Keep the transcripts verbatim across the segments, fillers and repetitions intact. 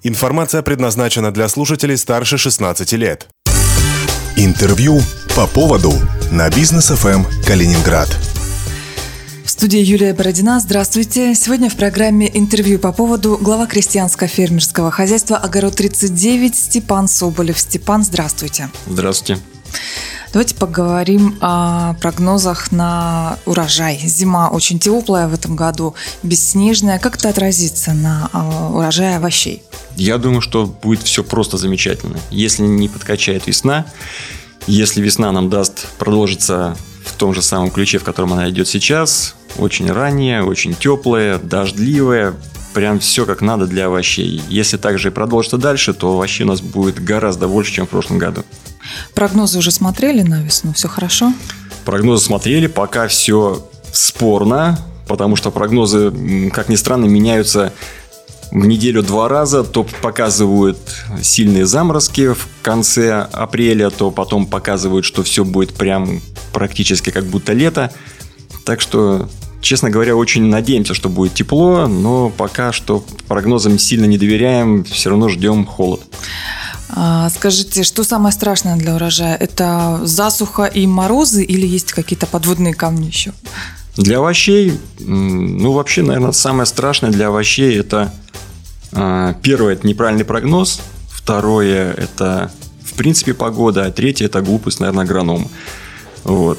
Информация предназначена для слушателей старше шестнадцати лет. Интервью по поводу на Бизнес эф эм Калининград. В студии Юлия Бородина. Здравствуйте. Сегодня в программе «Интервью по поводу» глава крестьянско-фермерского хозяйства «Огород тридцать девять» Степан Соболев. Степан, здравствуйте. Здравствуйте. Давайте поговорим о прогнозах на урожай. Зима очень теплая в этом году, бесснежная. Как это отразится на урожае овощей? Я думаю, что будет все просто замечательно. Если не подкачает весна, если весна нам даст продолжиться в том же самом ключе, в котором она идет сейчас, очень ранняя, очень теплая, дождливая, прям все как надо для овощей. Если также и продолжится дальше, то овощей у нас будет гораздо больше, чем в прошлом году. Прогнозы уже смотрели на весну? Все хорошо? Прогнозы смотрели, пока все спорно, потому что прогнозы, как ни странно, меняются в неделю два раза. То показывают сильные заморозки в конце апреля, то потом показывают, что все будет прям практически как будто лето. Так что, честно говоря, очень надеемся, что будет тепло, но пока что прогнозам сильно не доверяем, все равно ждем холод. Скажите, что самое страшное для урожая? Это засуха и морозы или есть какие-то подводные камни еще? Для овощей, ну вообще, наверное, самое страшное для овощей это первое, это неправильный прогноз, второе, это в принципе погода, а третье, это глупость, наверное, агронома. Вот.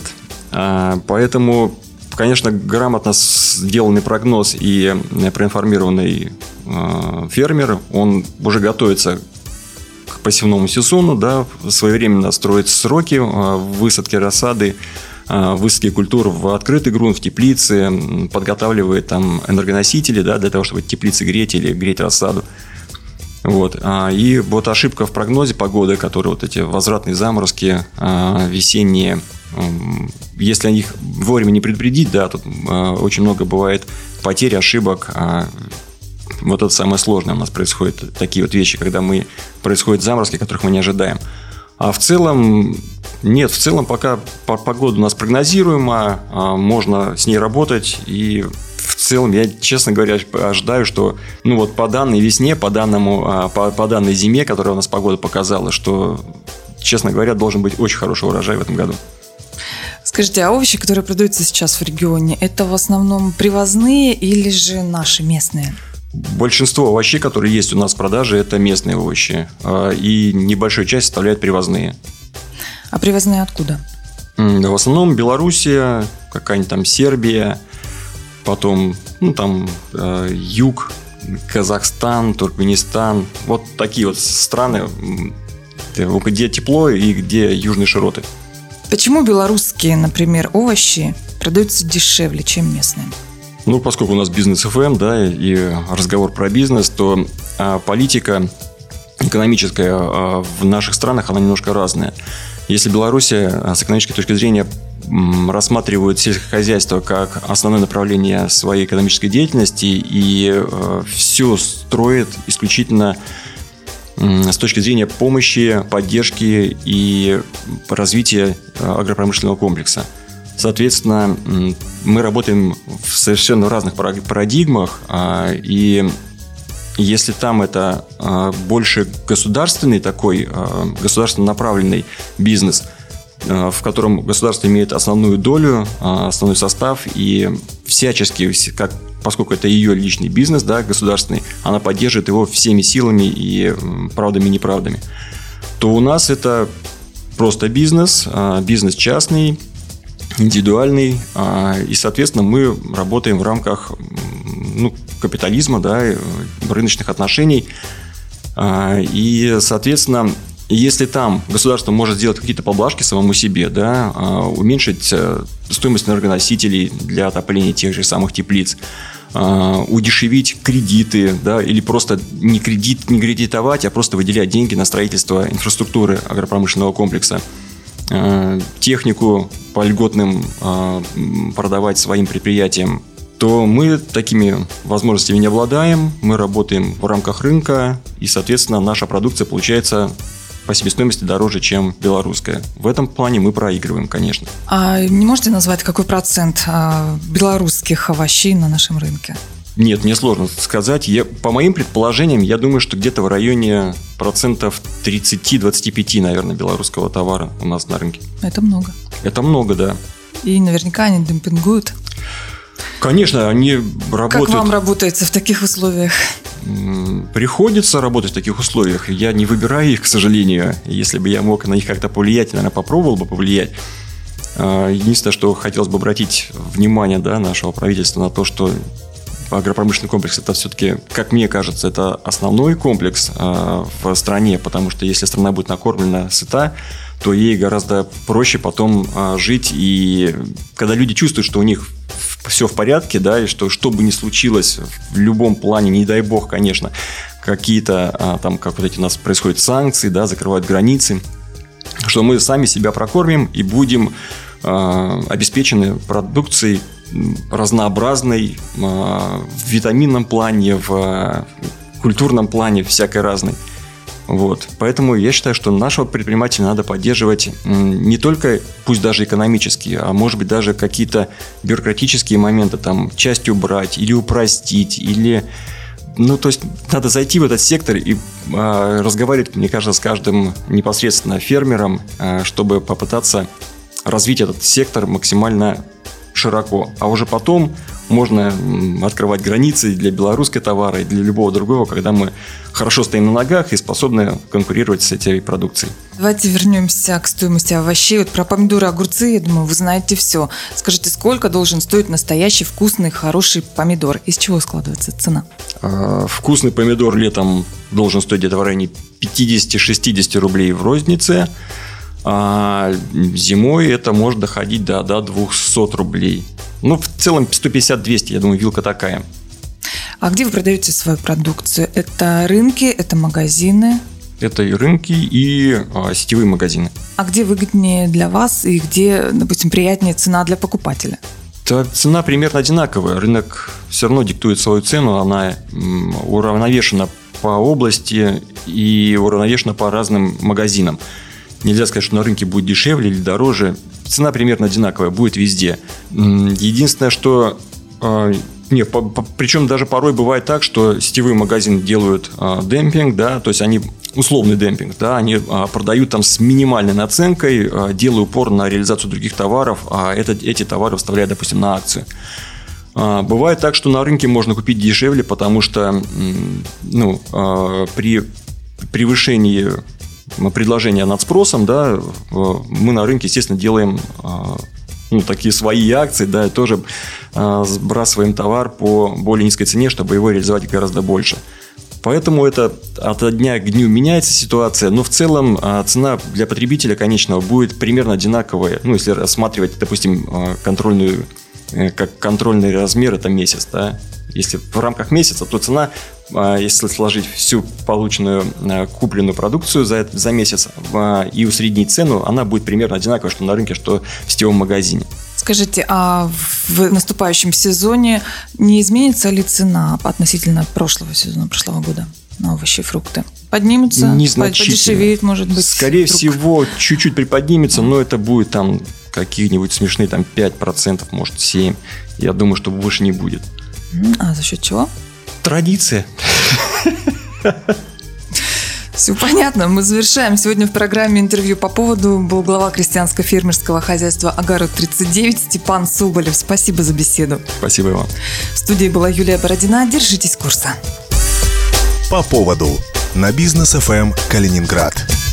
Поэтому, конечно, грамотно сделанный прогноз и проинформированный фермер, он уже готовится к посевному сезону, да, своевременно строит сроки высадки рассады, высадки культур в открытый грунт, в теплице, подготавливает там энергоносители, да, для того, чтобы теплицы греть или греть рассаду. Вот. И вот ошибка в прогнозе погоды, которые вот эти возвратные заморозки весенние, если о них вовремя не предупредить, да, тут очень много бывает потерь, ошибок. Вот это самое сложное у нас происходит, такие вот вещи, когда мы, происходят заморозки, которых мы не ожидаем. А в целом, нет, в целом пока погода у нас прогнозируема, можно с ней работать. И в целом я, честно говоря, ожидаю, что ну вот по данной весне, по, данному, по, по данной зиме, которая у нас погода показала, что, честно говоря, должен быть очень хороший урожай в этом году. Скажите, а овощи, которые продаются сейчас в регионе, это в основном привозные или же наши местные? Большинство овощей, которые есть у нас в продаже, это местные овощи. И небольшую часть составляют привозные. А привозные откуда? В основном Белоруссия, какая-нибудь там Сербия, потом ну, там, юг, Казахстан, Туркменистан. Вот такие вот страны, где тепло и где южные широты. Почему белорусские, например, овощи продаются дешевле, чем местные? Ну, поскольку у нас бизнес эф эм, да, и разговор про бизнес, то а, политика экономическая а, в наших странах, она немножко разная. Если Белоруссия а, с экономической точки зрения м, рассматривает сельское хозяйство как основное направление своей экономической деятельности и а, все строит исключительно м, с точки зрения помощи, поддержки и развития а, агропромышленного комплекса. Соответственно, мы работаем в совершенно разных парадигмах, и если там это больше государственный такой, государственно направленный бизнес, в котором государство имеет основную долю, основной состав, и всячески, как, поскольку это ее личный бизнес, да, государственный, она поддерживает его всеми силами и правдами и неправдами, то у нас это просто бизнес, бизнес частный, индивидуальный, и, соответственно, мы работаем в рамках ну, капитализма, да, рыночных отношений. И, соответственно, если там государство может сделать какие-то поблажки самому себе, да, уменьшить стоимость энергоносителей для отопления тех же самых теплиц, удешевить кредиты, да, или просто не, кредит, не кредитовать, а просто выделять деньги на строительство инфраструктуры агропромышленного комплекса, технику по льготным продавать своим предприятиям, то мы такими возможностями не обладаем. Мы работаем в рамках рынка, и, соответственно, наша продукция получается по себестоимости дороже, чем белорусская. В этом плане мы проигрываем, конечно. А не можете назвать, какой процент белорусских овощей на нашем рынке? Нет, мне сложно сказать. Я, по моим предположениям, я думаю, что где-то в районе процентов тридцать-двадцать пять, наверное, белорусского товара у нас на рынке. Это много. Это много, да. И наверняка они демпингуют. Конечно, они работают... Как вам работается в таких условиях? Приходится работать в таких условиях. Я не выбираю их, к сожалению. Если бы я мог на них как-то повлиять, наверное, попробовал бы повлиять. Единственное, что хотелось бы обратить внимание, да, нашего правительства на то, что агропромышленный комплекс — это все-таки, как мне кажется, это основной комплекс э, в стране, потому что если страна будет накормлена, сыта, то ей гораздо проще потом э, жить. И когда люди чувствуют, что у них все в порядке, да, и что что бы ни случилось в любом плане, не дай бог, конечно, какие-то э, там, как вот эти у нас происходят санкции, да, закрывают границы, что мы сами себя прокормим и будем э, обеспечены продукцией разнообразной, в витаминном плане, в культурном плане, всякой разной. Вот. Поэтому я считаю, что нашего предпринимателя надо поддерживать не только, пусть даже экономические, а может быть даже какие-то бюрократические моменты, там, часть убрать или упростить, или... Ну, то есть надо зайти в этот сектор и э, разговаривать, мне кажется, с каждым непосредственно фермером, э, чтобы попытаться развить этот сектор максимально широко. А уже потом можно открывать границы для белорусского товара и для любого другого, когда мы хорошо стоим на ногах и способны конкурировать с этой продукцией. Давайте вернемся к стоимости овощей. Вот про помидоры, огурцы, я думаю, вы знаете все. Скажите, сколько должен стоить настоящий вкусный, хороший помидор? Из чего складывается цена? Вкусный помидор летом должен стоить где-то в районе пятьдесят-шестьдесят рублей в рознице. А зимой это может доходить до, до двести рублей. Ну, в целом сто пятьдесят-двести, я думаю, вилка такая. А где вы продаете свою продукцию? Это рынки, это магазины? Это и рынки, и а, сетевые магазины. А где выгоднее для вас и где, допустим, приятнее цена для покупателя? Да, цена примерно одинаковая. Рынок все равно диктует свою цену. Она уравновешена по области и уравновешена по разным магазинам. Нельзя сказать, что на рынке будет дешевле или дороже. Цена примерно одинаковая, будет везде. Единственное, что... Не, по, по, причем даже порой бывает так, что сетевые магазины делают а, демпинг, да, то есть они условный демпинг, да, они а, продают там с минимальной наценкой, а, делая упор на реализацию других товаров, а это, эти товары вставляют, допустим, на акцию. А, бывает так, что на рынке можно купить дешевле, потому что ну, а, при превышении предложения над спросом, да, мы на рынке, естественно, делаем ну, такие свои акции, да, и тоже сбрасываем товар по более низкой цене, чтобы его реализовать гораздо больше. Поэтому это от дня к дню меняется ситуация, но в целом цена для потребителя конечного будет примерно одинаковая. Ну, если рассматривать, допустим, контрольную, как контрольный размер, это месяц, да. Если в рамках месяца, то цена, если сложить всю полученную, купленную продукцию за, за месяц и усреднить цену, она будет примерно одинаковая, что на рынке, что в сетевом магазине. Скажите, а в наступающем сезоне не изменится ли цена относительно прошлого сезона, прошлого года на овощи и фрукты? Поднимется? Незначительно. Подешевеет, может быть? Скорее вдруг? всего, чуть-чуть приподнимется, но это будет там какие-нибудь смешные там, пять процентов, может семь процентов. Я думаю, что больше не будет. А за счет чего? Традиция. Все понятно. Мы завершаем. Сегодня в программе интервью по поводу был глава крестьянско-фермерского хозяйства «Огород тридцать девять» Степан Соболев. Спасибо за беседу. Спасибо вам. В студии была Юлия Бородина. Держитесь курса. По поводу на Бизнес эф эм Калининград.